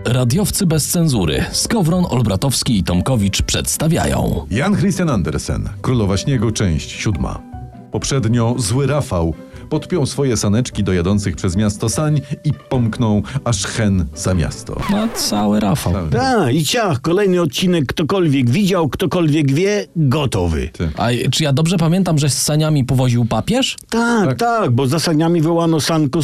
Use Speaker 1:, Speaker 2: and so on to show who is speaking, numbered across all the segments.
Speaker 1: Radiowcy bez cenzury. Skowron, Olbratowski i Tomkowicz przedstawiają.
Speaker 2: Jan Christian Andersen, Królowa Śniegu, część 7. Poprzednio zły Rafał podpiął swoje saneczki do jadących przez miasto sań i pomknął aż hen za miasto.
Speaker 1: No, cały Rafał.
Speaker 3: I ciach, kolejny odcinek, ktokolwiek widział, ktokolwiek wie, gotowy.
Speaker 1: A czy ja dobrze pamiętam, że z saniami powoził papież?
Speaker 3: Tak, bo za saniami wołano sanko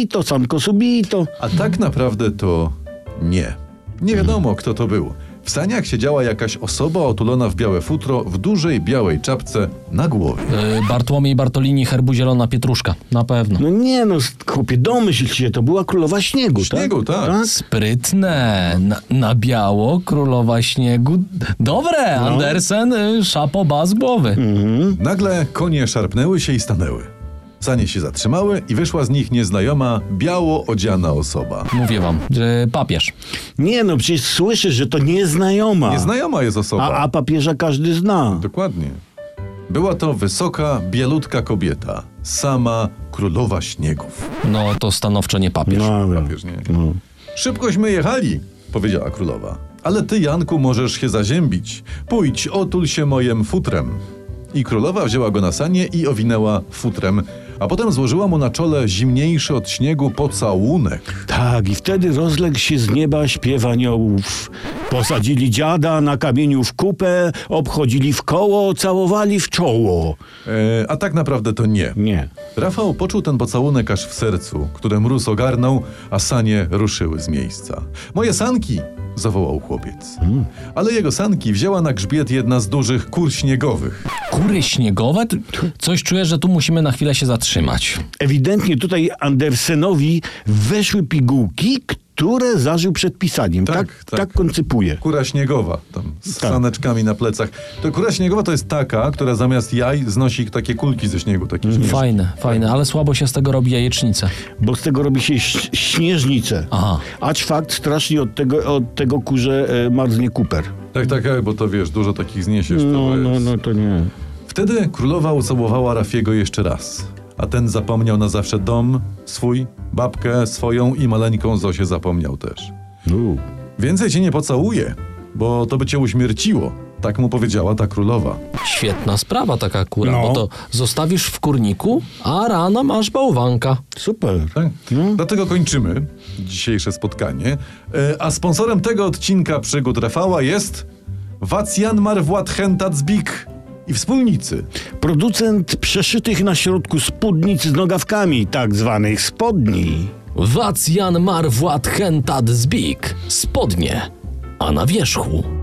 Speaker 3: subito.
Speaker 2: A tak naprawdę to nie. Nie wiadomo, kto to był. W saniach siedziała jakaś osoba otulona w białe futro, w dużej białej czapce na głowie.
Speaker 1: Bartłomiej Bartolini, herbu zielona pietruszka. Na pewno.
Speaker 3: No nie no, chłopie, domyśl się, to była Królowa Śniegu,
Speaker 2: Śniegu, tak.
Speaker 1: Sprytne. Na biało, Królowa Śniegu. Dobre, Andersen, szapoba z głowy.
Speaker 2: Nagle konie szarpnęły się i stanęły. Sanie się zatrzymały i wyszła z nich nieznajoma, biało odziana osoba.
Speaker 1: Mówię wam, że papież.
Speaker 3: Nie no, przecież słyszysz, że to nieznajoma.
Speaker 2: Nieznajoma jest osoba.
Speaker 3: A papieża każdy zna.
Speaker 2: Dokładnie. Była to wysoka, bielutka kobieta. Sama Królowa Śniegów.
Speaker 1: No to stanowczo nie papież.
Speaker 2: Papież nie. Szybkośmy jechali, powiedziała królowa. Ale ty, Janku, możesz się zaziębić. Pójdź, otul się mojem futrem. I królowa wzięła go na sanie i owinęła futrem, a potem złożyła mu na czole zimniejszy od śniegu pocałunek.
Speaker 3: Tak, i wtedy rozległ się z nieba śpiew aniołów. Posadzili dziada na kamieniu w kupę, obchodzili w koło, całowali w czoło.
Speaker 2: A tak naprawdę to nie.
Speaker 3: Nie.
Speaker 2: Rafał poczuł ten pocałunek aż w sercu, które mróz ogarnął, a sanie ruszyły z miejsca. Moje sanki! Zawołał chłopiec. Ale jego sanki wzięła na grzbiet jedna z dużych kur śniegowych.
Speaker 1: Kury śniegowe? Coś czuję, że tu musimy na chwilę się zatrzymać.
Speaker 3: Ewidentnie tutaj Andersenowi weszły pigułki, które zażył przed pisaniem. Tak koncypuje.
Speaker 2: Kura śniegowa, tam z saneczkami na plecach. To kura śniegowa to jest taka, która zamiast jaj znosi takie kulki ze śniegu. Takie
Speaker 1: Fajne, ale słabo się z tego robi jajecznicę.
Speaker 3: Bo z tego robi się śnieżnicę.
Speaker 1: Aha.
Speaker 3: Acz fakt, strasznie od tego kurze marznie kuper.
Speaker 2: Tak, bo to wiesz, dużo takich zniesiesz.
Speaker 3: No to nie.
Speaker 2: Wtedy królowa ucałowała Rafiego jeszcze raz. A ten zapomniał na zawsze dom swój, babkę swoją i maleńką Zosię zapomniał też. Więcej cię nie pocałuję, bo to by cię uśmierciło. Tak mu powiedziała ta królowa.
Speaker 1: Świetna sprawa taka kura, bo to zostawisz w kurniku, a rano masz bałwanka.
Speaker 3: Super.
Speaker 2: Tak? Dlatego kończymy dzisiejsze spotkanie. A sponsorem tego odcinka Przygód Rafała jest Wacjan Marwłat-Hentat-Zbik i wspólnicy.
Speaker 3: Producent przeszytych na środku spódnic z nogawkami, tak zwanych spodni.
Speaker 1: Wacjan Marwłat-Hentat-Zbik. Spodnie, a na wierzchu